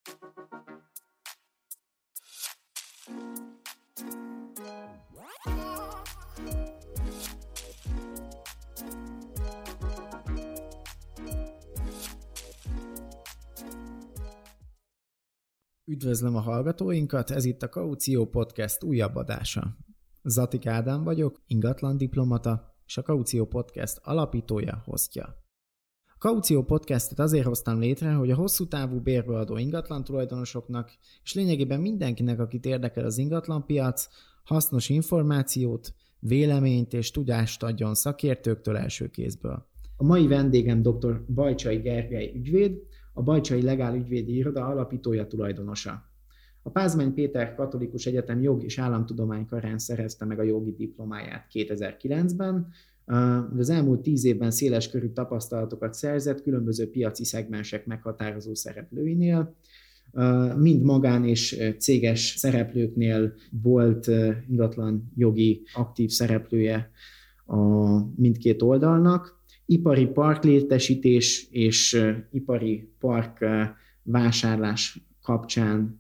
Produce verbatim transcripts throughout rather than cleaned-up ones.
Üdvözlöm a hallgatóinkat, ez itt a Kaució Podcast újabb adása. Zatik Ádám vagyok, ingatlan diplomata, és a Kaució Podcast alapítója, hostja. A Kaució Podcastet azért hoztam létre, hogy a hosszú távú bérbeadó ingatlan tulajdonosoknak, és lényegében mindenkinek, akit érdekel az ingatlanpiac, hasznos információt, véleményt és tudást adjon szakértőktől első kézből. A mai vendégem dr. Bajcsai Gergely ügyvéd, a Bajcsai Legál Ügyvédi Iroda alapítója, tulajdonosa. A Pázmány Péter Katolikus Egyetem Jog- és Államtudománykarán szerezte meg a jogi diplomáját kétezer-kilencben. Az elmúlt tíz évben széleskörű tapasztalatokat szerzett különböző piaci szegmensek meghatározó szereplőinél. Mind magán és céges szereplőknél volt ingatlan jogi aktív szereplője a mindkét oldalnak. Ipari parklétesítés és ipari park vásárlás kapcsán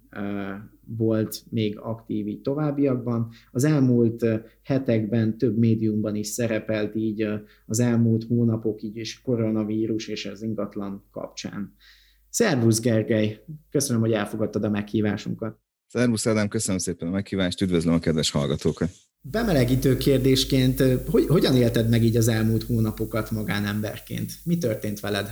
volt még aktív így továbbiakban. Az elmúlt hetekben több médiumban is szerepelt így az elmúlt hónapok így és koronavírus és az ingatlan kapcsán. Szervusz Gergely! Köszönöm, hogy elfogadtad a meghívásunkat. Szervusz Ádám, köszönöm szépen a meghívást, üdvözlöm a kedves hallgatókat! Bemelegítő kérdésként, hogy, hogyan élted meg így az elmúlt hónapokat magánemberként? Mi történt veled?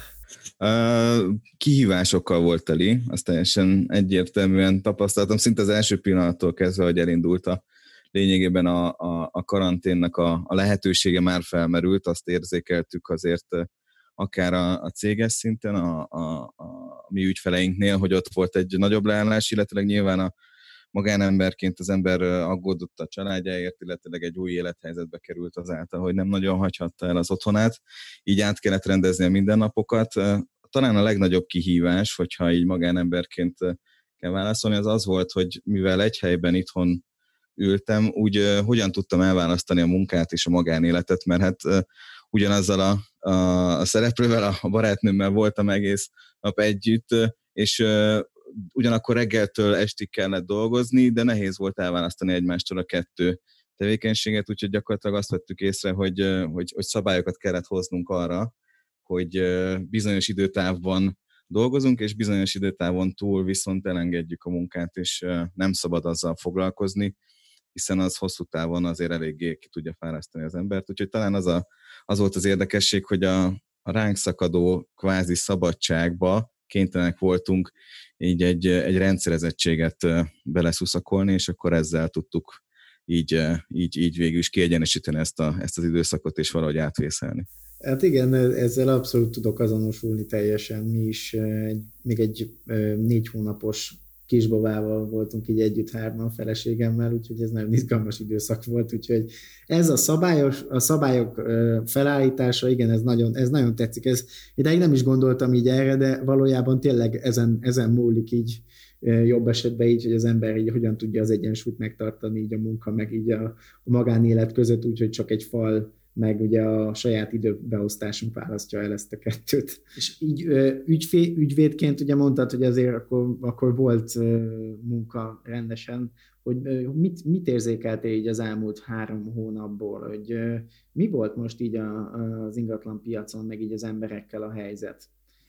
Uh, kihívásokkal volt teli, azt teljesen egyértelműen tapasztaltam, szinte az első pillanattól kezdve, hogy elindult a lényegében a, a, a karanténnak a, a lehetősége már felmerült, azt érzékeltük azért akár a, a céges szinten, a, a, a mi ügyfeleinknél, hogy ott volt egy nagyobb leállás, illetve nyilván a magánemberként az ember aggódott a családjáért, illetve egy új élethelyzetbe került azáltal, hogy nem nagyon hagyhatta el az otthonát, így át kellett rendezni a mindennapokat. Talán a legnagyobb kihívás, hogyha így magánemberként kell válaszolni, az az volt, hogy mivel egy helyben itthon ültem, úgy hogyan tudtam elválasztani a munkát és a magánéletet, mert hát ugyanazzal a, a, a szereplővel, a barátnőmmel voltam egész nap együtt, és ugyanakkor reggeltől estig kellett dolgozni, de nehéz volt elválasztani egymástól a kettő tevékenységet, úgyhogy gyakorlatilag azt vettük észre, hogy, hogy, hogy szabályokat kellett hoznunk arra, hogy bizonyos időtávban dolgozunk, és bizonyos időtávon túl viszont elengedjük a munkát, és nem szabad azzal foglalkozni, hiszen az hosszú távon azért eléggé ki tudja fárasztani az embert. Úgyhogy talán az, a, az volt az érdekesség, hogy a, a ránk szakadó kvázi szabadságba kénytelenek voltunk így egy, egy rendszerezettséget beleszuszakolni, és akkor ezzel tudtuk így, így, így végül is kiegyenesíteni ezt, a, ezt az időszakot, és valahogy átvészelni. Hát igen, ezzel abszolút tudok azonosulni teljesen. Mi is egy, még egy négy hónapos kisbabával voltunk így együtt hárman feleségemmel, úgyhogy ez nagyon izgalmas időszak volt, úgyhogy ez a, szabályos, a szabályok felállítása, igen, ez nagyon, ez nagyon tetszik. Ez, idáig nem is gondoltam így erre, de valójában tényleg ezen, ezen múlik így jobb esetben így, hogy az ember így hogyan tudja az egyensúlyt megtartani így a munka, meg így a, a magánélet között, úgyhogy csak egy fal meg ugye a saját időbeosztásunk választja el ezt a kettőt. És így ügyfé, ügyvédként ugye mondtad, hogy azért akkor, akkor volt munka rendesen, hogy mit, mit érzékeltél így az elmúlt három hónapból, hogy mi volt most így a, az ingatlan piacon, meg így az emberekkel a helyzet?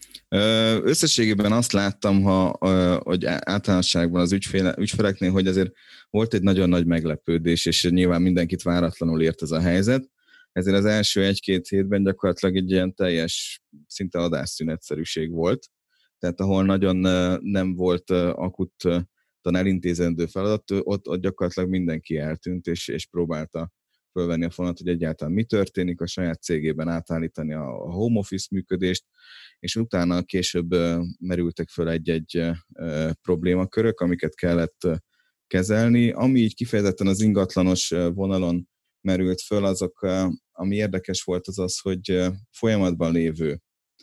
Összességében azt láttam, ha, hogy általánosságban az ügyféle, ügyfeleknél, hogy azért volt egy nagyon nagy meglepődés, és nyilván mindenkit váratlanul ért ez a helyzet. Ezért az első egy-két hétben gyakorlatilag egy ilyen teljes, szinte adásszünetszerűség volt. Tehát ahol nagyon nem volt akuttan elintézendő feladat, ott, ott gyakorlatilag mindenki eltűnt, és, és próbálta fölvenni a fonalat, hogy egyáltalán mi történik, a saját cégében átállítani a home office működést, és utána később merültek föl egy-egy problémakörök, amiket kellett kezelni. Ami így kifejezetten az ingatlanos vonalon merült föl, azok, ami érdekes volt, az az, hogy folyamatban lévő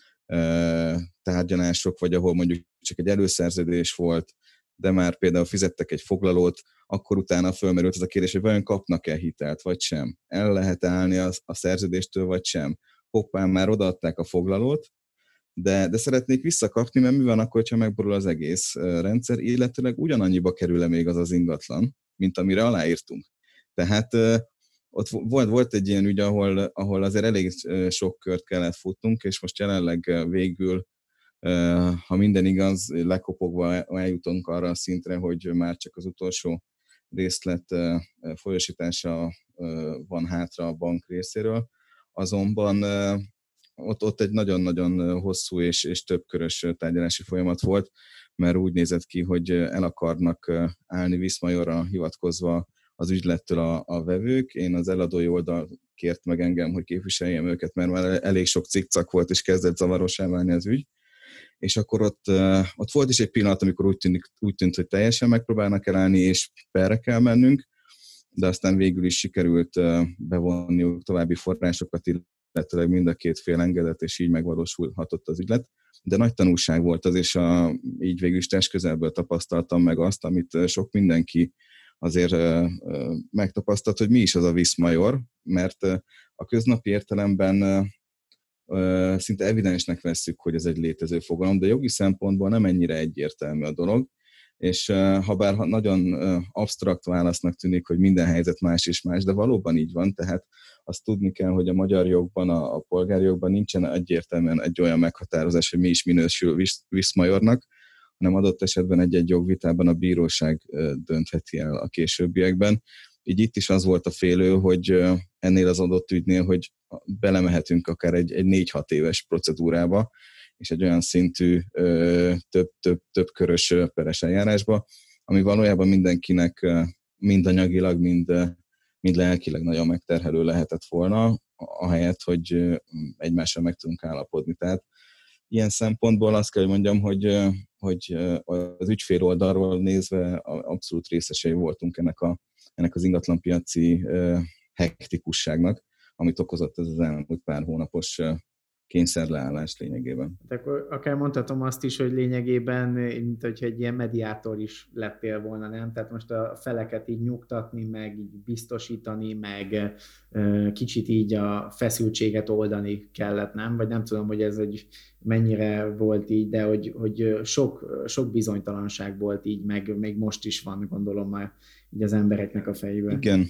tárgyalások, vagy ahol mondjuk csak egy előszerződés volt, de már például fizettek egy foglalót, akkor utána fölmerült az a kérdés, hogy vajon kapnak-e hitelt, vagy sem. El lehet állni a, a szerződéstől, vagy sem. Hoppán már odaadták a foglalót, de, de szeretnék visszakapni, mert mi van akkor, ha megborul az egész rendszer, illetőleg ugyanannyiba kerül-e még az az ingatlan, mint amire aláírtunk. Tehát ott volt, volt egy ilyen ügy, ahol, ahol azért elég sok kört kellett futnunk, és most jelenleg végül, ha minden igaz, lekopogva eljutunk arra a szintre, hogy már csak az utolsó részlet folyosítása van hátra a bank részéről. Azonban ott, ott egy nagyon-nagyon hosszú és, és többkörös tárgyalási folyamat volt, mert úgy nézett ki, hogy el akarnak állni Viszmajorra hivatkozva az ügylettől a, a vevők. Én az eladói oldal kért meg engem, hogy képviseljem őket, mert már elég sok cikcak volt, és kezdett zavarosá válni az ügy. És akkor ott, ott volt is egy pillanat, amikor úgy tűnt, úgy tűnt, hogy teljesen megpróbálnak elállni, és perre kell mennünk, de aztán végül is sikerült bevonniuk további forrásokat, illetve mind a két fél engedett, és így megvalósulhatott az ügylet. De nagy tanulság volt az, és a, így végül is testközelből tapasztaltam meg azt, amit sok mindenki azért megtapasztalt, hogy mi is az a Viszmajor, mert a köznapi értelemben szinte evidensnek vesszük, hogy ez egy létező fogalom, de jogi szempontból nem ennyire egyértelmű a dolog, és ha bár nagyon absztrakt válasznak tűnik, hogy minden helyzet más és más, de valóban így van, tehát azt tudni kell, hogy a magyar jogban, a, a polgári jogban nincsen egyértelműen egy olyan meghatározás, hogy mi is minősül visz, Viszmajornak, hanem adott esetben egy-egy jogvitában a bíróság döntheti el a későbbiekben. Így itt is az volt a félő, hogy ennél az adott ügynél, hogy belemehetünk akár egy, egy négy-hat éves procedúrába, és egy olyan szintű több-több körös peres eljárásba, ami valójában mindenkinek mind anyagilag, mind, mind lelkileg nagyon megterhelő lehetett volna, ahelyett, hogy egymással meg tudunk állapodni. Tehát ilyen szempontból azt kell, hogy mondjam, hogy, hogy az ügyfél oldalról nézve abszolút részesei voltunk ennek, a, ennek az ingatlanpiaci hektikusságnak, amit okozott ez az elmúlt pár hónapos kényszerleállás lényegében. De akkor akár mondhatom azt is, hogy lényegében, mint hogyha egy ilyen mediátor is lettél volna, nem? Tehát most a feleket így nyugtatni, meg így biztosítani, meg kicsit így a feszültséget oldani kellett, nem? Vagy nem tudom, hogy ez egy mennyire volt így, de hogy, hogy sok, sok bizonytalanság volt így, meg még most is van, gondolom már így az embereknek a fejében. Igen.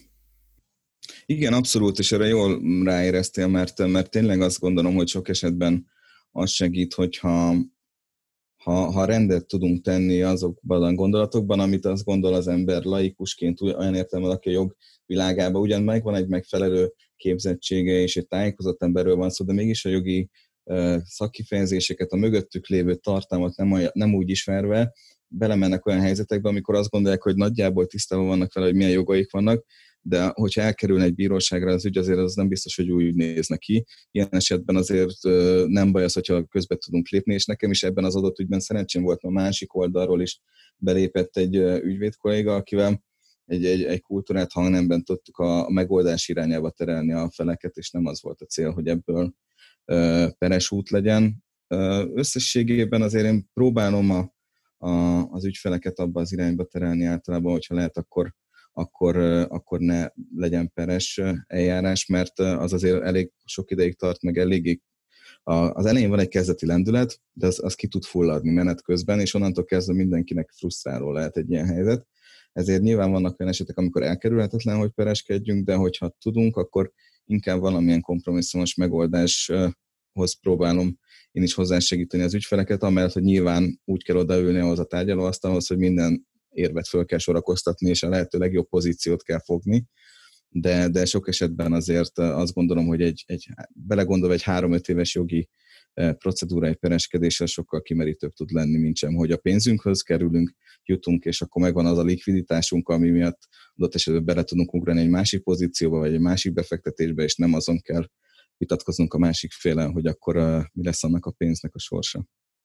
Igen, abszolút, és erre jól ráéreztél, mert, mert tényleg azt gondolom, hogy sok esetben az segít, hogyha ha, ha rendet tudunk tenni azokban a gondolatokban, amit azt gondol az ember laikusként, olyan értelemben, aki a jogvilágában ugyan megvan egy megfelelő képzettsége, és egy tájékozott emberről van szó, de mégis a jogi uh, szakkifejezéseket, a mögöttük lévő tartalmat nem, olyan, nem úgy ismerve, belemennek olyan helyzetekbe, amikor azt gondolják, hogy nagyjából tisztában vannak vele, hogy milyen jogaik vannak, de hogyha elkerülne egy bíróságra az ügy, azért az nem biztos, hogy úgy néz neki. Ilyen esetben azért nem baj az, hogyha közbe tudunk lépni, és nekem is ebben az adott ügyben szerencsém volt, mert a másik oldalról is belépett egy ügyvéd kolléga, akivel egy, egy, egy kultúrát hangnemben tudtuk a, a megoldás irányába terelni a feleket, és nem az volt a cél, hogy ebből uh, peres út legyen. Uh, összességében azért én próbálom a, a, az ügyfeleket abba az irányba terelni általában, hogyha lehet, akkor Akkor, akkor ne legyen peres eljárás, mert az azért elég sok ideig tart, meg eléggé. Az elején van egy kezdeti lendület, de az, az ki tud fulladni menet közben, és onnantól kezdve mindenkinek frusztráló lehet egy ilyen helyzet. Ezért nyilván vannak olyan esetek, amikor elkerülhetetlen, hogy pereskedjünk, de hogyha tudunk, akkor inkább valamilyen kompromisszumos megoldáshoz próbálom én is hozzásegíteni az ügyfeleket, amellett, hogy nyilván úgy kell odaülni ahhoz a tárgyalóasztalhoz, hogy minden érvet föl kell sorakoztatni, és a lehető legjobb pozíciót kell fogni, de, de sok esetben azért azt gondolom, hogy egy, egy belegondolva egy három-öt éves jogi procedúra egy pereskedéssel sokkal kimerítőbb tud lenni, mint sem, hogy a pénzünkhöz kerülünk, jutunk, és akkor megvan az a likviditásunk, ami miatt adott esetben bele tudunk ugrani egy másik pozícióba, vagy egy másik befektetésbe, és nem azon kell vitatkoznunk a másik félen, hogy akkor uh, mi lesz annak a pénznek a sorsa.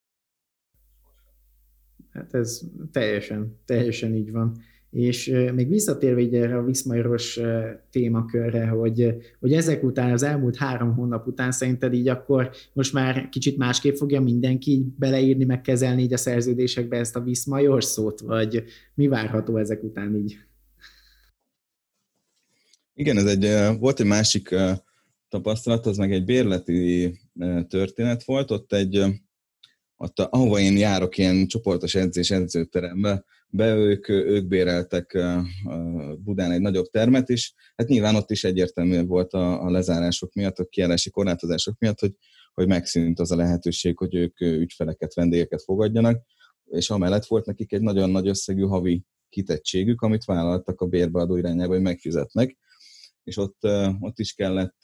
Hát ez teljesen, teljesen így van. És még visszatérve így erre a viszmajoros témakörre, hogy, hogy ezek után, az elmúlt három hónap után szerinted így akkor most már kicsit másképp fogja mindenki így beleírni, meg kezelni így a szerződésekbe ezt a viszmajor szót, vagy mi várható ezek után így? Igen, ez egy, volt egy másik tapasztalat, az meg egy bérleti történet volt, ott egy ott, ahova én járok, ilyen csoportos edzés edzőterembe, be ők, ők béreltek Budán egy nagyobb termet is. Hát nyilván ott is egyértelmű volt a, a lezárások miatt, a kijárási korlátozások miatt, hogy, hogy megszűnt az a lehetőség, hogy ők ügyfeleket, vendégeket fogadjanak, és amellett volt nekik egy nagyon nagy összegű havi kitettségük, amit vállaltak a bérbeadó irányába, hogy megfizetnek, és ott, ott is kellett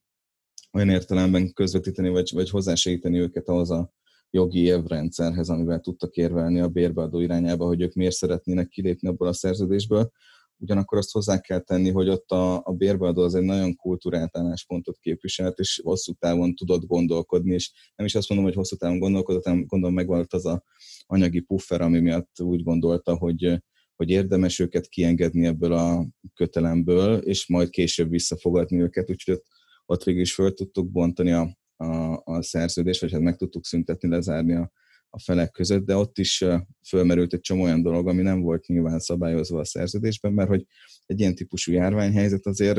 olyan értelemben közvetíteni, vagy, vagy hozzásegíteni őket ahhoz a jogi évrendszerhez, amivel tudtak érvelni a bérbeadó irányába, hogy ők miért szeretnének kilépni abból a szerződésből. Ugyanakkor azt hozzá kell tenni, hogy ott a, a bérbeadó az egy nagyon kultúrált álláspontot képviselt, és hosszú távon tudott gondolkodni, és nem is azt mondom, hogy hosszú távon gondolkodott, hanem gondolom megvolt az a anyagi puffer, ami miatt úgy gondolta, hogy, hogy érdemes őket kiengedni ebből a kötelemből, és majd később visszafogadni őket, úgyhogy ott, ott végül is föl tudtuk bontani a A, a szerződést, vagy hát meg tudtuk szüntetni, lezárni a, a felek között, de ott is fölmerült egy csomó olyan dolog, ami nem volt nyilván szabályozva a szerződésben, mert hogy egy ilyen típusú járványhelyzet azért,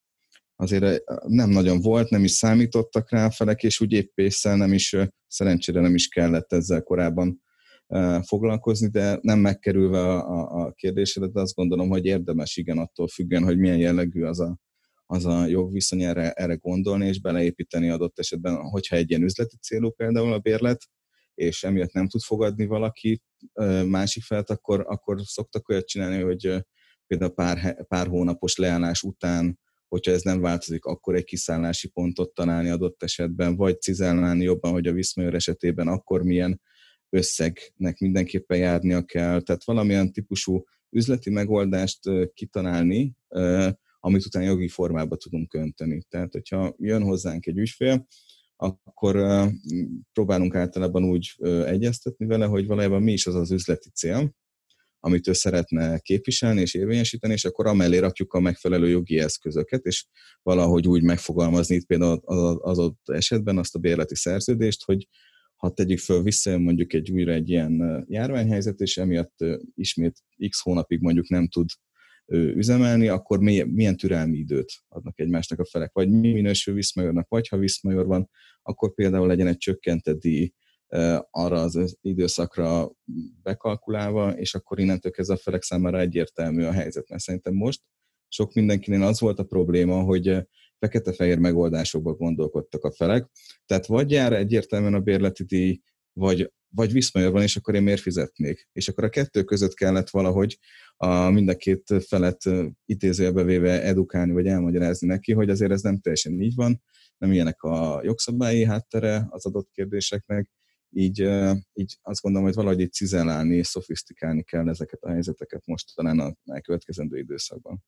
azért nem nagyon volt, nem is számítottak rá a felek, és úgy épp ésszel nem is, szerencsére nem is kellett ezzel korábban foglalkozni, de nem megkerülve a, a kérdésedet, de azt gondolom, hogy érdemes igen attól függően, hogy milyen jellegű az a az a jogviszony, erre, erre gondolni, és beleépíteni adott esetben, hogyha egy ilyen üzleti célú például a bérlet, és emiatt nem tud fogadni valaki másik felt, akkor, akkor szoktak olyat csinálni, hogy például pár, pár hónapos leállás után, hogyha ez nem változik, akkor egy kiszállási pontot találni adott esetben, vagy cizellálni jobban, hogy a viszmajor esetében akkor milyen összegnek mindenképpen járnia kell. Tehát valamilyen típusú üzleti megoldást kitalálni, amit utána jogi formába tudunk önteni. Tehát, hogyha jön hozzánk egy ügyfél, akkor uh, próbálunk általában úgy uh, egyeztetni vele, hogy valójában mi is az az üzleti cél, amit ő szeretne képviselni és érvényesíteni, és akkor amellé rakjuk a megfelelő jogi eszközöket, és valahogy úgy megfogalmazni itt például az adott esetben azt a bérleti szerződést, hogy ha tegyük föl, visszajön mondjuk egy újra egy ilyen járványhelyzet, és emiatt uh, ismét x hónapig mondjuk nem tud üzemelni, akkor milyen türelmi időt adnak egymásnak a felek. Vagy mi minősül viszmajornak, vagy ha viszmajor van, akkor például legyen egy csökkentett díj arra az időszakra bekalkulálva, és akkor innentől kezdve a felek számára egyértelmű a helyzet. Mert szerintem most sok mindenkinél az volt a probléma, hogy fekete-fehér megoldásokban gondolkodtak a felek. Tehát vagy jár egyértelműen a bérleti díj, vagy, vagy viszmajor van, és akkor én miért fizetnék? És akkor a kettő között kellett valahogy a mind a két felet idézőjelbe véve edukálni, vagy elmagyarázni neki, hogy azért ez nem teljesen így van, nem ilyenek a jogszabályi háttere az adott kérdéseknek, így, így azt gondolom, hogy valahogy így cizellálni és szofisztikálni kell ezeket a helyzeteket most talán a elkövetkezendő időszakban.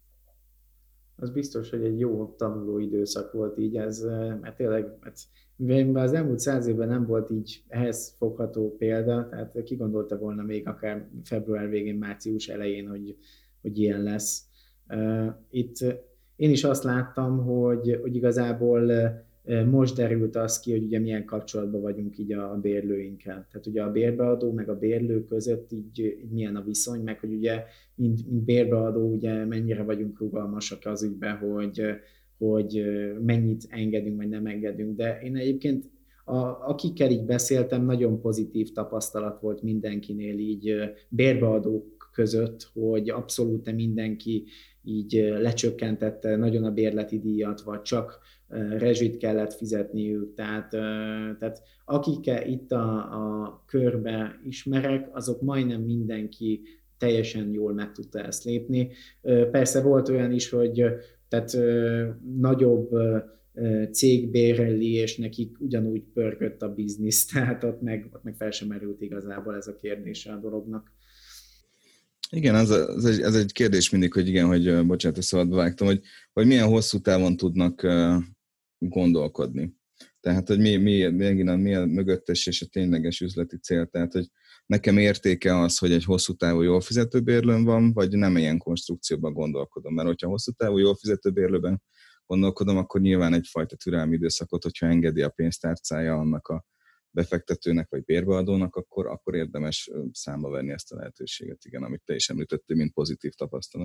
Az biztos, hogy egy jó tanuló időszak volt így ez, mert tényleg, mert az elmúlt száz évben nem volt így ehhez fogható példa, tehát ki gondolta volna még akár február végén, március elején, hogy, hogy ilyen lesz. Itt én is azt láttam, hogy, hogy igazából most derült az ki, hogy ugye milyen kapcsolatban vagyunk így a bérlőinkkel. Tehát ugye a bérbeadó meg a bérlő között így, így milyen a viszony, meg hogy ugye mint, mint bérbeadó ugye mennyire vagyunk rugalmasak az ügyben, hogy, hogy mennyit engedünk, vagy nem engedünk. De én egyébként, a, akikkel így beszéltem, nagyon pozitív tapasztalat volt mindenkinél így bérbeadók között, hogy abszolút mindenki így lecsökkentette nagyon a bérleti díjat, vagy csak rezsit kellett fizetniük. Tehát, tehát akikkel itt a, a körbe ismerek, azok majdnem mindenki teljesen jól meg tudta ezt lépni. Persze volt olyan is, hogy tehát nagyobb cég béreli, és nekik ugyanúgy pörgött a biznisz, tehát ott meg, ott meg fel sem merült igazából ez a kérdése a dolognak. Igen, ez, ez, egy, ez egy kérdés mindig, hogy igen, hogy bocsánat, hogy szabadba vágtam, hogy, hogy milyen hosszú távon tudnak gondolkodni. Tehát, hogy mi, mi, mi, mi a mögöttes és a tényleges üzleti cél. Tehát, hogy nekem értéke az, hogy egy hosszú távú jól fizető bérlőm van, vagy nem ilyen konstrukcióban gondolkodom. Mert hogyha hosszú távú jól fizető bérlőben gondolkodom, akkor nyilván egyfajta türelmi időszakot, hogyha engedi a pénztárcája annak a befektetőnek vagy bérbeadónak, akkor, akkor érdemes számba venni ezt a lehetőséget, igen, amit te is említettél, mint pozitív tapasztalat.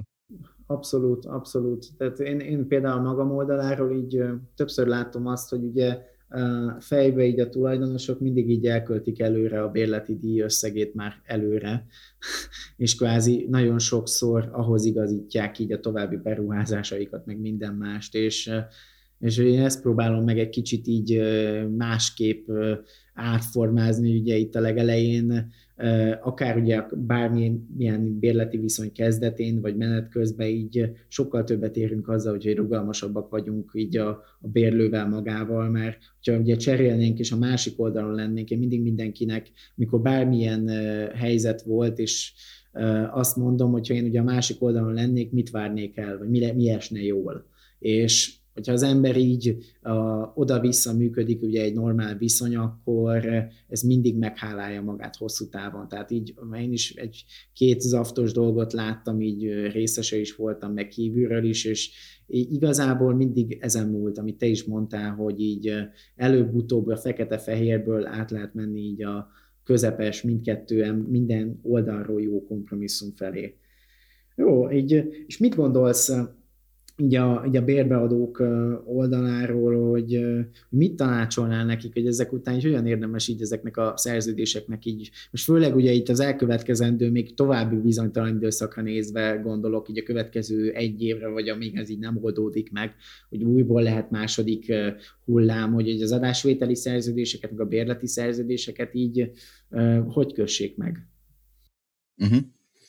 Abszolút, abszolút. Tehát én, én például magam oldaláról így többször látom azt, hogy ugye fejbe így a tulajdonosok mindig így elköltik előre a bérleti díj összegét már előre, és kvázi nagyon sokszor ahhoz igazítják így a további beruházásaikat, meg minden mást, és, és én ezt próbálom meg egy kicsit így másképp átformázni, ugye itt a legelején, akár ugye bármilyen bérleti viszony kezdetén, vagy menet közben így sokkal többet érünk azzal, hogy rugalmasabbak vagyunk így a, a bérlővel magával, mert ha ugye cserélnénk és a másik oldalon lennénk, én mindig mindenkinek, mikor bármilyen helyzet volt, és azt mondom, hogyha én ugye a másik oldalon lennék, mit várnék el, vagy mi, mi esne jól. És hogyha az ember így uh, oda-vissza működik, ugye egy normál viszony, akkor ez mindig meghálálja magát hosszú távon. Tehát így én is egy két zaftos dolgot láttam, így részese is voltam, meg kívülről is, és igazából mindig ezen múlt, amit te is mondtál, hogy így előbb-utóbb a fekete-fehérből át lehet menni így a közepes, mindkettő, minden oldalról jó kompromisszum felé. Jó, így, és mit gondolsz így a, így a bérbeadók oldaláról, hogy mit tanácsolnál nekik, hogy ezek után is olyan érdemes így ezeknek a szerződéseknek így, most főleg ugye itt az elkövetkezendő, még további bizonytalan időszakra nézve gondolok, így a következő egy évre, vagy amíg ez így nem oldódik meg, hogy újból lehet második hullám, hogy az adásvételi szerződéseket, meg a bérleti szerződéseket így hogy kössék meg? Uh-huh.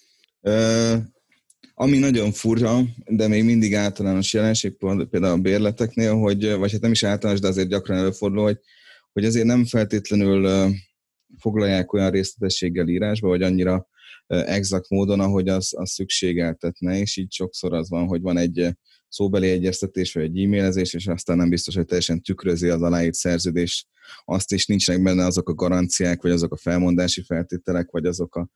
Uh... Ami nagyon furcsa, de még mindig általános jelenség, például a bérleteknél, hogy, vagy hát nem is általános, de azért gyakran előfordul, hogy, hogy azért nem feltétlenül foglalják olyan részletességgel írásba, vagy annyira exakt módon, ahogy az, az szükségeltetne, és így sokszor az van, hogy van egy szóbeli egyeztetés, vagy egy e-mailezés, és aztán nem biztos, hogy teljesen tükrözi az aláírt szerződés azt, és nincsenek benne azok a garanciák, vagy azok a felmondási feltételek, vagy azok a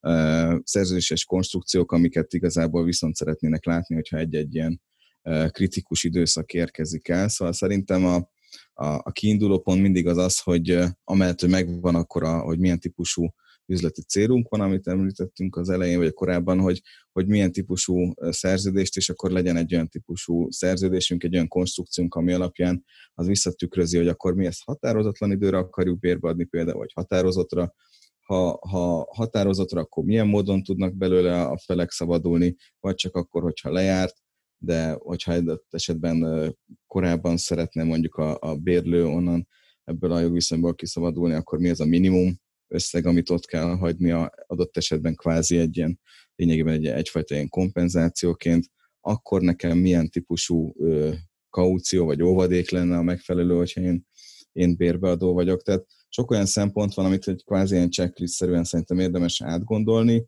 uh, szerződéses konstrukciók, amiket igazából viszont szeretnének látni, hogyha egy-egy ilyen uh, kritikus időszak érkezik el. Szóval szerintem a, a, a kiinduló pont mindig az az, hogy uh, amellett, hogy megvan akkor, a, hogy milyen típusú üzleti célunk van, amit említettünk az elején, vagy korábban, hogy, hogy milyen típusú szerződést, és akkor legyen egy olyan típusú szerződésünk, egy olyan konstrukciónk, ami alapján az visszatükrözi, hogy akkor mi ezt határozatlan időre akarjuk bérbeadni például, vagy határozatra. Ha, ha határozatra, akkor milyen módon tudnak belőle a felek szabadulni, vagy csak akkor, hogyha lejárt, de hogyha egy esetben korábban szeretne mondjuk a, a bérlő onnan ebből a jogviszonyból kiszabadulni, akkor mi az a minimum összeg, amit ott kell hagyni a adott esetben kvázi egy ilyen, lényegében egy, egyfajta ilyen kompenzációként, akkor nekem milyen típusú ö, kaució vagy óvadék lenne a megfelelő, hogyha én, én bérbeadó vagyok. Tehát sok olyan szempont van, amit egy kvázi ilyen checklist-szerűen szerintem érdemes átgondolni.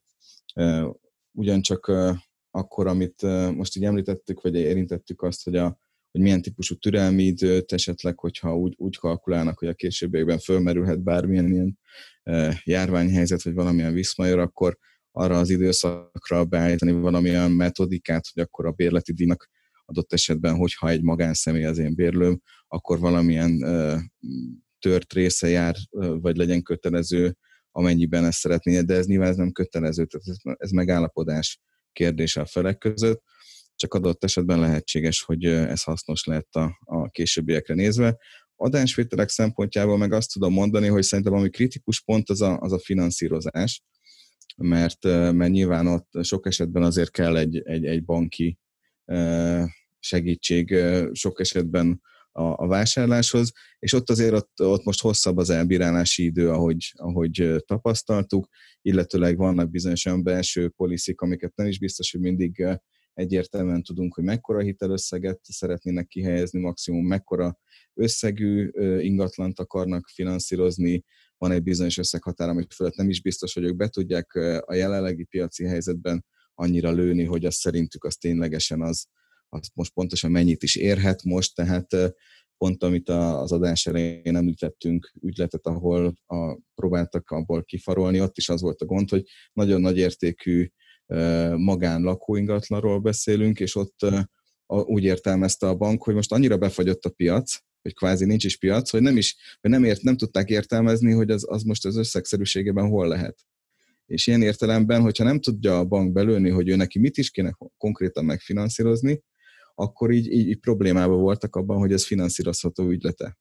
Ö, ugyancsak ö, akkor, amit ö, most így említettük, vagy érintettük azt, hogy a hogy milyen típusú türelmi időt esetleg, hogyha úgy, úgy kalkulálnak, hogy a későbbiekben fölmerülhet bármilyen ilyen e, járványhelyzet, vagy valamilyen viszmajor, akkor arra az időszakra beállítani valamilyen metodikát, hogy akkor a bérleti díjnak adott esetben, hogyha egy magánszemély az én bérlőm, akkor valamilyen e, tört része jár, vagy legyen kötelező, amennyiben ezt szeretné, de ez nyilván ez nem kötelező, tehát ez, ez megállapodás kérdése a felek között. Csak adott esetben lehetséges, hogy ez hasznos lehet a, a későbbiekre nézve. Adásvételek szempontjából meg azt tudom mondani, hogy szerintem ami kritikus pont az a, az a finanszírozás, mert, mert nyilván ott sok esetben azért kell egy, egy, egy banki segítség, sok esetben a, a vásárláshoz, és ott azért ott, ott most hosszabb az elbírálási idő, ahogy, ahogy tapasztaltuk, illetőleg vannak bizonyos olyan belső poliszik, amiket nem is biztos, hogy mindig egyértelműen tudunk, hogy mekkora hitelösszeget szeretnének kihelyezni, maximum mekkora összegű ingatlant akarnak finanszírozni, van egy bizonyos összeghatár, amit fölött nem is biztos, hogy ők be tudják a jelenlegi piaci helyzetben annyira lőni, hogy az szerintük az ténylegesen az, az most pontosan mennyit is érhet most, tehát pont amit az adás elején említettünk ügyletet, ahol a, próbáltak abból kifarolni, ott is az volt a gond, hogy nagyon nagy értékű magán lakóingatlanról beszélünk, és ott úgy értelmezte a bank, hogy most annyira befagyott a piac, hogy kvázi nincs is piac, hogy nem is, hogy nem, ért, nem tudták értelmezni, hogy az, az most az összegszerűségében hol lehet. És ilyen értelemben, hogyha nem tudja a bank belőni, hogy ő neki mit is kéne konkrétan megfinanszírozni, akkor így, így, így problémában voltak abban, hogy ez finanszírozható ügylete.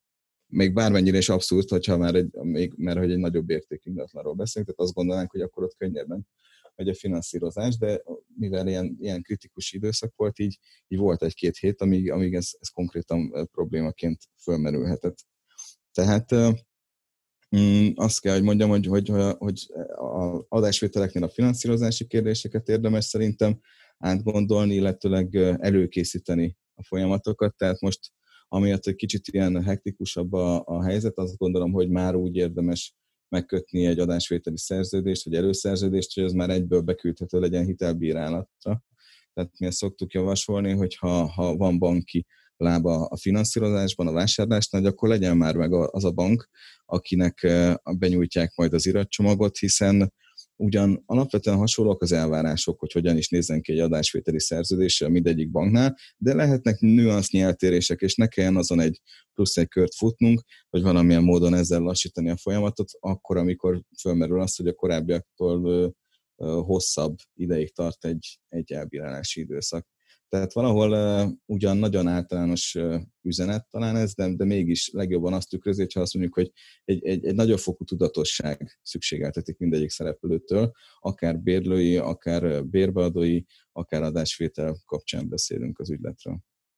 még bármennyire is abszurd, hogyha már egy, még, mert hogy egy nagyobb értékű ingatlanról beszélünk, tehát azt gondolnánk, hogy akkor ott könnyebben megy a finanszírozás, de mivel ilyen, ilyen kritikus időszak volt, így, így volt egy-két hét, amíg, amíg ez, ez konkrétan problémaként fölmerülhetett. Tehát mm, azt kell, hogy mondjam, hogy, hogy, hogy az adásvételeknél a finanszírozási kérdéseket érdemes szerintem átgondolni, illetőleg előkészíteni a folyamatokat, tehát most amiatt, hogy kicsit ilyen hektikusabb a, a helyzet, azt gondolom, hogy már úgy érdemes megkötni egy adásvételi szerződést, vagy előszerződést, hogy az már egyből beküldhető legyen hitelbírálatra. Tehát mi ezt szoktuk javasolni, hogy ha, ha van banki lába a finanszírozásban, a vásárlásnál, akkor legyen már meg az a bank, akinek benyújtják majd az iratcsomagot, hiszen ugyan alapvetően hasonlóak az elvárások, hogy hogyan is nézzen ki egy adásvételi szerződéssel mindegyik banknál, de lehetnek nüansznyi eltérések, és ne kelljen azon egy plusz egy kört futnunk, vagy valamilyen módon ezzel lassítani a folyamatot, akkor, amikor fölmerül az, hogy a korábbiaktól hosszabb ideig tart egy, egy elbírálási időszak. Tehát valahol uh, ugyan nagyon általános uh, üzenet talán ez, de, de mégis legjobban azt tükrözi, ha azt mondjuk, hogy egy, egy, egy nagyobb fokú tudatosság szükségeltetik mindegyik szereplőtől, akár bérlői, akár bérbeadói, akár adásvétel kapcsán beszélünk az ügyletről.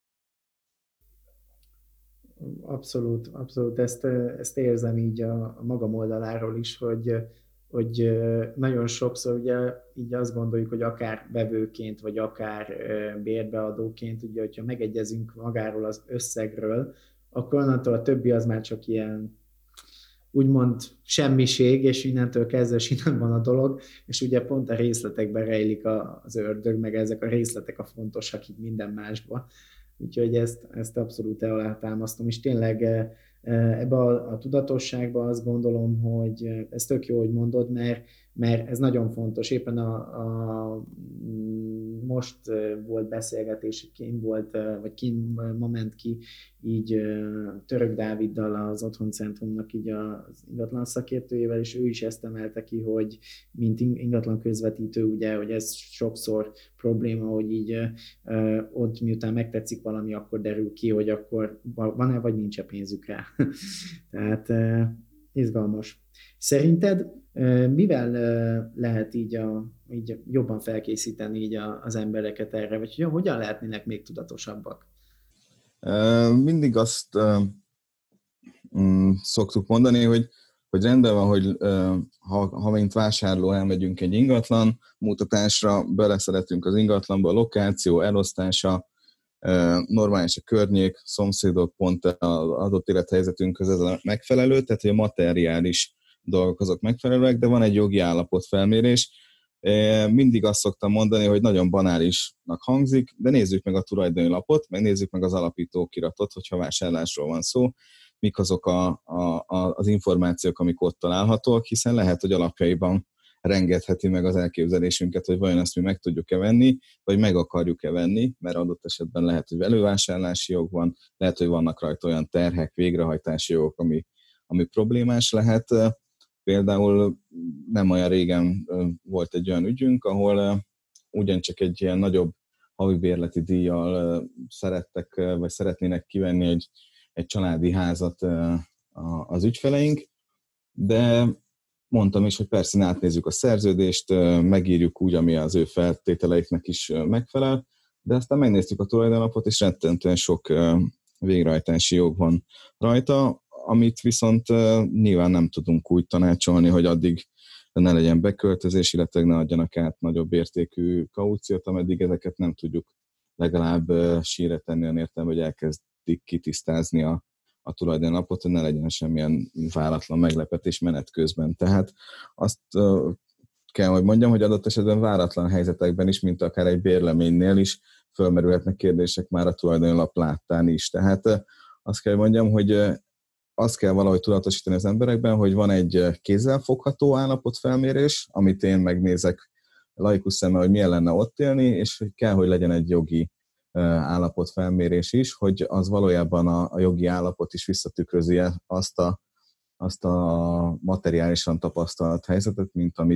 Abszolút, abszolút. Ezt, ezt érzem így a, a magam oldaláról is, hogy hogy nagyon sokszor ugye így azt gondoljuk, hogy akár vevőként, vagy akár bérbeadóként, ugye, hogyha megegyezünk magáról az összegről, akkor onnantól a többi az már csak ilyen úgymond semmiség, és innentől kezdve innen van a dolog, és ugye pont a részletekben rejlik az ördög, meg ezek a részletek a fontosak így minden másban. Úgyhogy ezt, ezt abszolút alátámasztom, és tényleg ebbe a, a tudatosságba azt gondolom, hogy ez tök jó, hogy mondod, mert, mert ez nagyon fontos. Éppen a, a most volt beszélgetés, kim volt, vagy kim ma ment ki így Török Dáviddal, az Otthoncentrumnak így az ingatlan szakértőjével, és ő is ezt emelte ki, hogy mint ingatlan közvetítő, ugye, hogy ez sokszor probléma, hogy így ott miután megtetszik valami, akkor derül ki, hogy akkor van-e vagy nincs-e pénzük rá. Tehát izgalmas. Szerinted mivel lehet így, a, így jobban felkészíteni így a, az embereket erre, vagy hogyan lehetnének még tudatosabbak? Mindig azt szoktuk mondani, hogy, hogy rendben van, hogy ha, ha mint vásárló elmegyünk egy ingatlan mutatásra, beleszeretünk az ingatlanba, a lokáció, elosztása, normális a környék, szomszédok, pont az adott élethelyzetünkhöz ez a megfelelő, tehát hogy a materiális dolgok azok megfelelőek, de van egy jogi állapotfelmérés. Mindig azt szoktam mondani, hogy nagyon banálisnak hangzik, de nézzük meg a tulajdoni lapot, meg nézzük meg az alapítókiratot, hogyha vásárlásról van szó, mik azok a, a, az információk, amik ott találhatóak, hiszen lehet, hogy alapjaiban rengetheti meg az elképzelésünket, hogy vajon ezt mi meg tudjuk-e venni, vagy meg akarjuk-e venni, mert adott esetben lehet, hogy elővásárlási jog van, lehet, hogy vannak rajta olyan terhek, végrehajtási jogok, ami, ami problémás lehet. Például nem olyan régen volt egy olyan ügyünk, ahol ugyancsak egy ilyen nagyobb havi bérleti díjjal szerettek, vagy szeretnének kivenni egy, egy családi házat az ügyfeleink, de mondtam is, hogy persze átnézzük a szerződést, megírjuk úgy, ami az ő feltételeiknek is megfelel, de aztán megnéztük a tulajdonlapot, és rettentően sok végrehajtási jog van rajta, amit viszont nyilván nem tudunk úgy tanácsolni, hogy addig ne legyen beköltözés, illetve ne adjanak át nagyobb értékű kauciót, ameddig ezeket nem tudjuk legalább sírre tenni olyan értelemben, hogy elkezdik kitisztázni a a tulajdonlapot, hogy ne legyen semmilyen váratlan meglepetés menet közben. Tehát azt uh, kell, hogy mondjam, hogy adott esetben váratlan helyzetekben is, mint akár egy bérleménynél is fölmerülhetnek kérdések már a tulajdonlap láttán is. Tehát uh, azt kell, hogy mondjam, hogy uh, azt kell valahogy tudatosítani az emberekben, hogy van egy kézzelfogható állapotfelmérés, amit én megnézek laikus szemmel, hogy milyen lenne ott élni, és hogy kell, hogy legyen egy jogi állapotfelmérés is, hogy az valójában a, a jogi állapot is visszatükrözi azt a, azt a materiálisan tapasztalt helyzetet, mint amit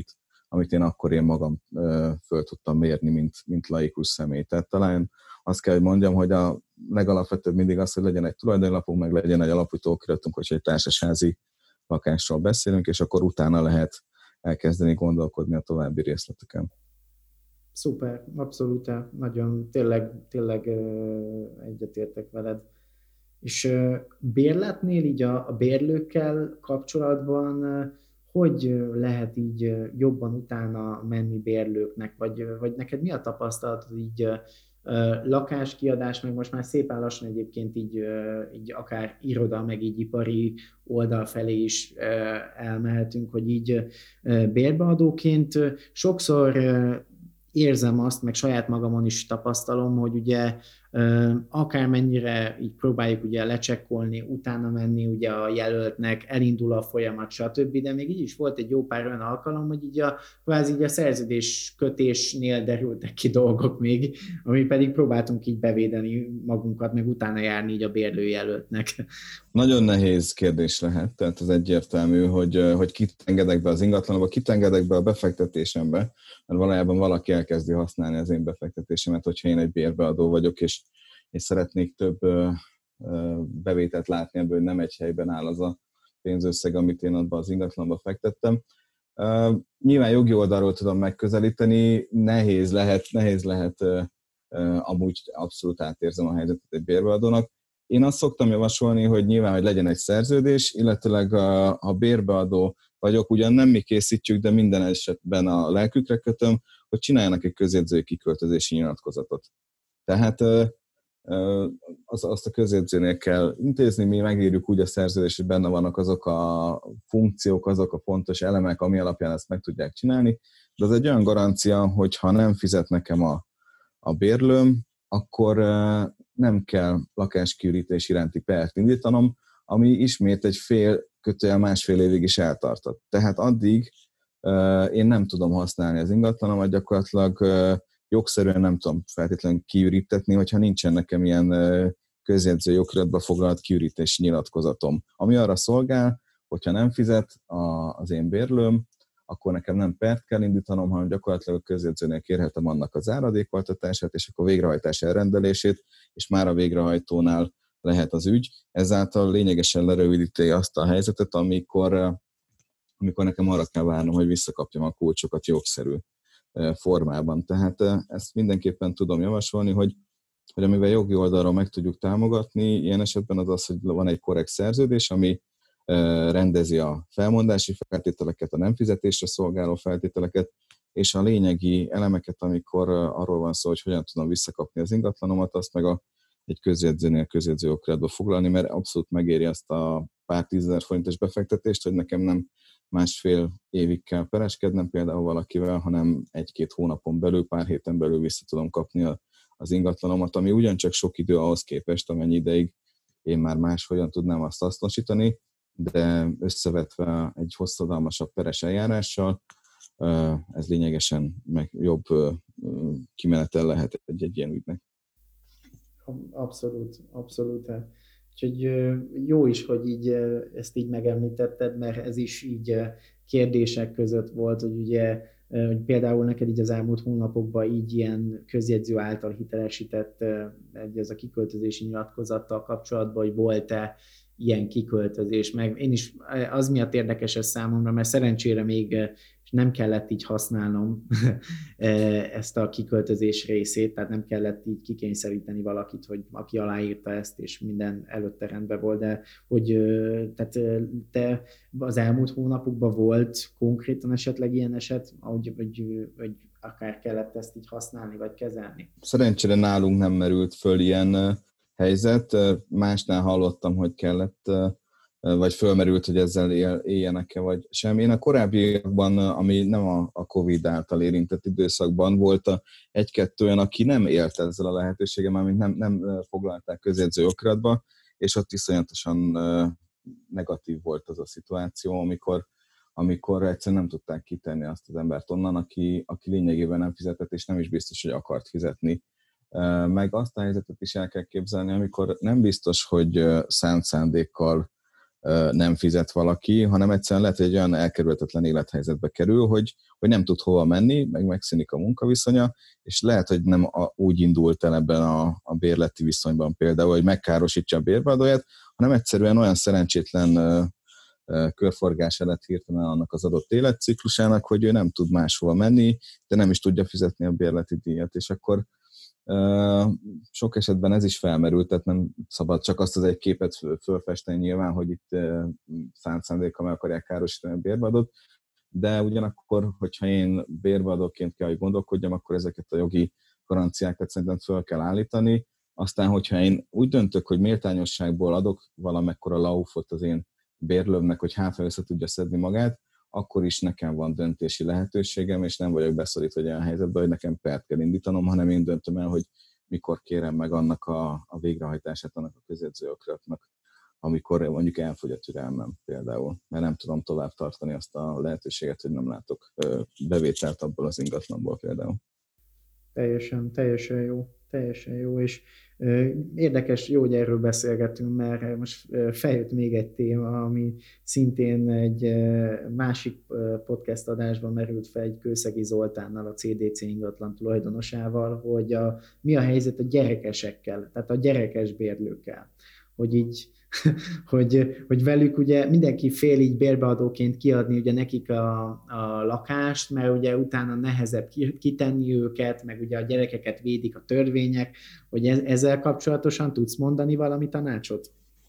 amit én akkor én magam föl tudtam mérni, mint, mint laikus személy. Tehát talán azt kell, hogy mondjam, hogy a legalapvetőbb mindig az, hogy legyen egy tulajdonlapunk, meg legyen egy alapító okiratunk, hogy egy társasházi lakásról beszélünk, és akkor utána lehet elkezdeni gondolkodni a további részleteken. Szuper, abszolút, nagyon tényleg, tényleg egyetértek veled. És bérletnél, így a, a bérlőkkel kapcsolatban hogy lehet így jobban utána menni bérlőknek, vagy, vagy neked mi a tapasztalatod így lakáskiadás, meg most már szépen lassan egyébként így, így akár iroda, meg így ipari oldal felé is elmehetünk, hogy így bérbeadóként sokszor érzem azt, meg saját magamon is tapasztalom, hogy ugye akármennyire így próbáljuk ugye lecsekkolni, utána menni ugye a jelöltnek, elindul a folyamat, stb., de még így is volt egy jó pár olyan alkalom, hogy így a, kvázi így a szerződés kötésnél derültek ki dolgok még, ami pedig próbáltunk így bevédeni magunkat, meg utána járni így a bérlőjelöltnek. Nagyon nehéz kérdés lehet, tehát az egyértelmű, hogy, hogy kit engedek be az ingatlanba, kit engedek be a befektetésembe, mert valójában valaki elkezdi használni az én befektetésemet, hogyha én egy bérbeadó vagyok, és, és szeretnék több bevételt látni ebből, hogy nem egy helyben áll az a pénzösszeg, amit én abban az ingatlanba fektettem. Uh, nyilván jogi oldalról tudom megközelíteni, nehéz lehet, nehéz lehet uh, uh, amúgy abszolút átérzem a helyzetet egy bérbeadónak. Én azt szoktam javasolni, hogy nyilván, hogy legyen egy szerződés, illetőleg a, a bérbeadó vagyok, ugyan nem mi készítjük, de minden esetben a lelkükre kötöm, hogy csináljanak egy közjegyzői kiköltözési nyilatkozatot. Tehát az, azt a közjegyzőnél kell intézni, mi megírjuk úgy a szerződést, hogy benne vannak azok a funkciók, azok a fontos elemek, ami alapján ezt meg tudják csinálni, de az egy olyan garancia, hogy ha nem fizet nekem a, a bérlőm, akkor nem kell lakáskiürítés iránti pert indítanom, ami ismét egy fél kötőjel másfél évig is eltartott. Tehát addig én nem tudom használni az ingatlanomat, gyakorlatilag jogszerűen nem tudom feltétlenül kiürítetni, hogyha nincsen nekem ilyen közjegyző jogiratba foglalt kiürítési nyilatkozatom, ami arra szolgál, hogyha nem fizet az én bérlőm, akkor nekem nem pert kell indítanom, hanem gyakorlatilag a közjegyzőnél kérhetem annak az áradékoltatását, és akkor végrehajtás elrendelését, és már a végrehajtónál lehet az ügy. Ezáltal lényegesen lerövidíti azt a helyzetet, amikor, amikor nekem arra kell várnom, hogy visszakapjam a kulcsokat jogszerű formában. Tehát ezt mindenképpen tudom javasolni, hogy, hogy amivel jogi oldalról meg tudjuk támogatni, ilyen esetben az az, hogy van egy korrekt szerződés, ami rendezi a felmondási feltételeket, a nem fizetésre szolgáló feltételeket, és a lényegi elemeket, amikor arról van szó, hogy hogyan tudom visszakapni az ingatlanomat, azt meg a, egy közjegyzőnél közjegyző okiratba foglalni, mert abszolút megéri azt a pár tízezer forintos befektetést, hogy nekem nem másfél évig kell pereskednem például valakivel, hanem egy-két hónapon belül, pár héten belül vissza tudom kapni a, az ingatlanomat, ami ugyancsak sok idő ahhoz képest, amennyi ideig én már máshogyan tudnám azt hasznosítani, de összevetve egy hosszadalmasabb peres eljárással, ez lényegesen meg jobb kimenetel lehet egy, egy ilyen ügynek. Abszolút, abszolút. Úgyhogy jó is, hogy így ezt így megemlítetted, mert ez is így kérdések között volt, hogy ugye hogy például neked így az elmúlt hónapokban így ilyen közjegyző által hitelesített egy ez a kiköltözési nyilatkozattal kapcsolatban, hogy volt-e ilyen kiköltözés, meg én is az miatt érdekes ez számomra, mert szerencsére még nem kellett így használnom ezt a kiköltözés részét, tehát nem kellett így kikényszeríteni valakit, hogy aki aláírta ezt, és minden előtte rendben volt, de hogy tehát te az elmúlt hónapokban volt konkrétan esetleg ilyen eset, hogy, hogy, hogy akár kellett ezt így használni, vagy kezelni? Szerencsére nálunk nem merült föl ilyen helyzet, másnál hallottam, hogy kellett, vagy fölmerült, hogy ezzel él, éljenek-e, vagy sem. Én a korábbiakban, ami nem a, a Covid által érintett időszakban volt a egy-kettő olyan, aki nem élt ezzel a lehetőséggel, mármint nem, nem foglalták közjegyző okiratba, és ott iszonyatosan negatív volt az a szituáció, amikor, amikor egyszerűen nem tudták kitenni azt az embert onnan, aki, aki lényegében nem fizetett, és nem is biztos, hogy akart fizetni. Meg azt a helyzetet is el kell képzelni, amikor nem biztos, hogy szánt szándékkal nem fizet valaki, hanem egyszerűen lehet, hogy egy olyan elkerülhetetlen élethelyzetbe kerül, hogy, hogy nem tud hova menni, meg megszűnik a munkaviszonya, és lehet, hogy nem a, úgy indult el ebben a, a bérleti viszonyban például, hogy megkárosítsa a bérbeadóját, hanem egyszerűen olyan szerencsétlen uh, uh, körforgása lett hirtelen annak az adott életciklusának, hogy ő nem tud máshova menni, de nem is tudja fizetni a bérleti díjat, és akkor Uh, sok esetben ez is felmerült, tehát nem szabad csak azt az egy képet fölfesteni nyilván, hogy itt uh, szánt szándékkal meg akarják károsítani a bérbeadót, de ugyanakkor, hogyha én bérbeadóként kell, hogy gondolkodjam, akkor ezeket a jogi garanciákat szerintem föl kell állítani. Aztán, hogyha én úgy döntök, hogy méltányosságból adok valamekkora laufot az én bérlőmnek, hogy hátra össze tudja szedni magát, akkor is nekem van döntési lehetőségem, és nem vagyok beszorítva egy olyan helyzetbe, hogy nekem pert kell indítanom, hanem én döntöm el, hogy mikor kérem meg annak a, a végrehajtását, annak a közjegyzőokratnak, amikor mondjuk elfogy a türelmem például, mert nem tudom tovább tartani azt a lehetőséget, hogy nem látok bevételt abból az ingatlanból például. Teljesen, teljesen jó, teljesen jó, és érdekes, jó, hogy erről beszélgetünk, mert most feljött még egy téma, ami szintén egy másik podcast adásban merült fel egy Kőszegi Zoltánnal, a cé dé cé ingatlan tulajdonosával, hogy a, mi a helyzet a gyerekesekkel, tehát a gyerekes bérlőkkel, hogy így hogy, hogy velük ugye mindenki fél így bérbeadóként kiadni ugye nekik a, a lakást, mert ugye utána nehezebb kitenni őket, meg ugye a gyerekeket védik a törvények, hogy ezzel kapcsolatosan tudsz mondani valami tanácsot?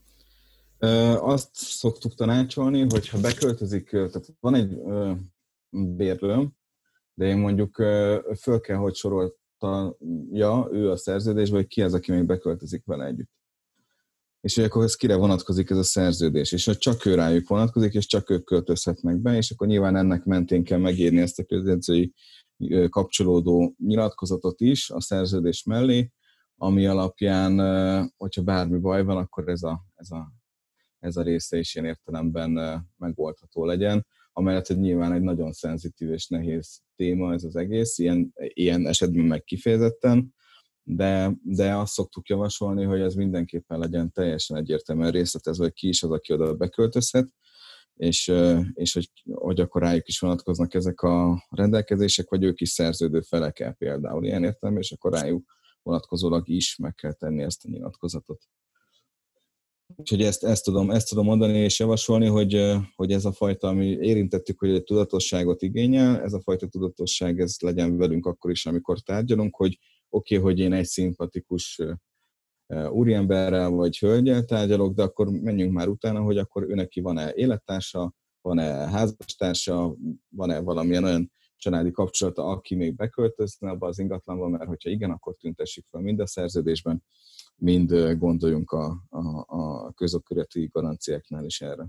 Azt szoktuk tanácsolni, hogy ha beköltözik, tehát van egy bérlőm, de én mondjuk föl kell, hogy sorolja ő a szerződésbe, hogy ki az, aki még beköltözik vele együtt. És hogy akkor ez kire vonatkozik ez a szerződés, és hogy csak ő rájuk vonatkozik, és csak ők költözhetnek be, és akkor nyilván ennek mentén kell megírni ezt a közjegyzői kapcsolódó nyilatkozatot is a szerződés mellé, ami alapján, hogyha bármi baj van, akkor ez a, ez a, ez a része is ilyen értelemben megoldható legyen, amellett, hogy nyilván egy nagyon szenzitív és nehéz téma ez az egész, ilyen, ilyen esetben meg kifejezetten, De, de azt szoktuk javasolni, hogy ez mindenképpen legyen teljesen egyértelműen részletezve, hogy ki is az, aki oda beköltözhet, és, és hogy, hogy akkor rájuk is vonatkoznak ezek a rendelkezések, vagy ők is szerződő felek például ilyen értelemben, és akkor rájuk vonatkozólag is meg kell tenni ezt a nyilatkozatot. Úgyhogy ezt, ezt, tudom, ezt tudom mondani és javasolni, hogy, hogy ez a fajta, ami érintettük, hogy egy tudatosságot igényel, ez a fajta tudatosság ez legyen velünk akkor is, amikor tárgyalunk, hogy oké, okay, hogy én egy szimpatikus úriemberrel vagy hölgyel tárgyalok, de akkor menjünk már utána, hogy akkor őneki van-e élettársa, van-e házastársa, van-e valamilyen olyan családi kapcsolata, aki még beköltözne abba az ingatlanba, mert hogyha igen, akkor tüntessük fel mind a szerződésben, mind gondoljunk a, a, a közoköröti garanciáknál is erre.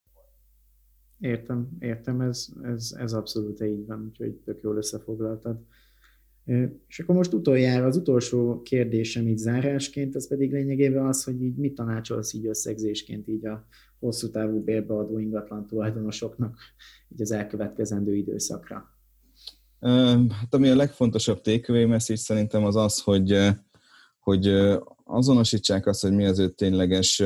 Értem, értem, ez, ez, ez abszolút így van, úgyhogy tök jól összefoglaltad. És akkor most utoljára az utolsó kérdésem így zárásként, az pedig lényegében az, hogy így mit tanácsolsz így összegzésként így a hosszú távú bérbeadó ingatlan tulajdonosoknak így az elkövetkezendő időszakra. Hát ami a legfontosabb takeaway message szerintem az az, hogy, hogy azonosítsák azt, hogy mi az ő tényleges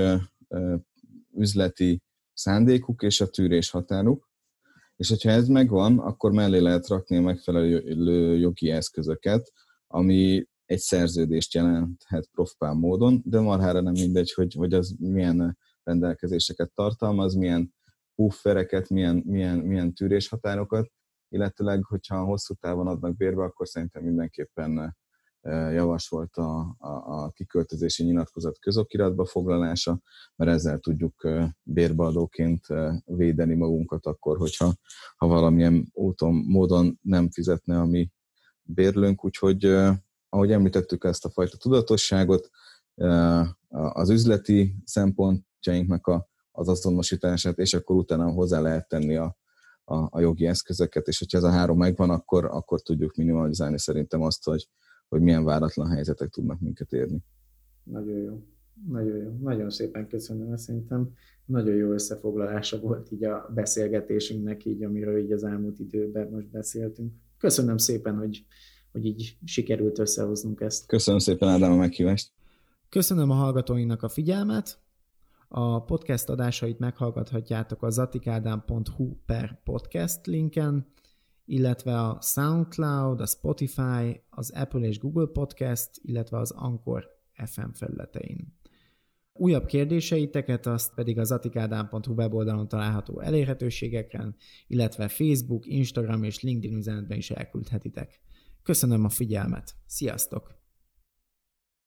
üzleti szándékuk és a tűrés határuk, és hogyha ez megvan, akkor mellé lehet rakni a megfelelő jogi eszközöket, ami egy szerződést jelenthet profán módon, de marhára nem mindegy, hogy, hogy az milyen rendelkezéseket tartalmaz, milyen puffereket, milyen, milyen, milyen tűréshatárokat, illetőleg, hogyha hosszú távon adnak bérbe, akkor szerintem mindenképpen javasolt a, a, a kiköltözési nyilatkozat közokiratba foglalása, mert ezzel tudjuk bérbeadóként védeni magunkat akkor, hogyha ha valamilyen úton, módon nem fizetne a mi bérlőnk. Úgyhogy, ahogy említettük, ezt a fajta tudatosságot, az üzleti szempontjainknak a, az azonosítását, és akkor utána hozzá lehet tenni a, a, a jogi eszközöket, és hogyha ez a három megvan, akkor, akkor tudjuk minimalizálni szerintem azt, hogy hogy milyen váratlan helyzetek tudnak minket érni. Nagyon jó. Nagyon jó. Nagyon szépen köszönöm, szerintem nagyon jó összefoglalása volt így a beszélgetésünknek, így, amiről így az elmúlt időben most beszéltünk. Köszönöm szépen, hogy, hogy így sikerült összehoznunk ezt. Köszönöm szépen, Ádám, a meghívást. Köszönöm a hallgatóinknak a figyelmet. A podcast adásait meghallgathatjátok a zatikádám pont hu per podcast linken, illetve a SoundCloud, a Spotify, az Apple és Google Podcast, illetve az Anchor ef em felületein. Újabb kérdéseiteket azt pedig a zatikádám pont hu weboldalon található elérhetőségeken, illetve Facebook, Instagram és LinkedIn üzenetben is elküldhetitek. Köszönöm a figyelmet! Sziasztok!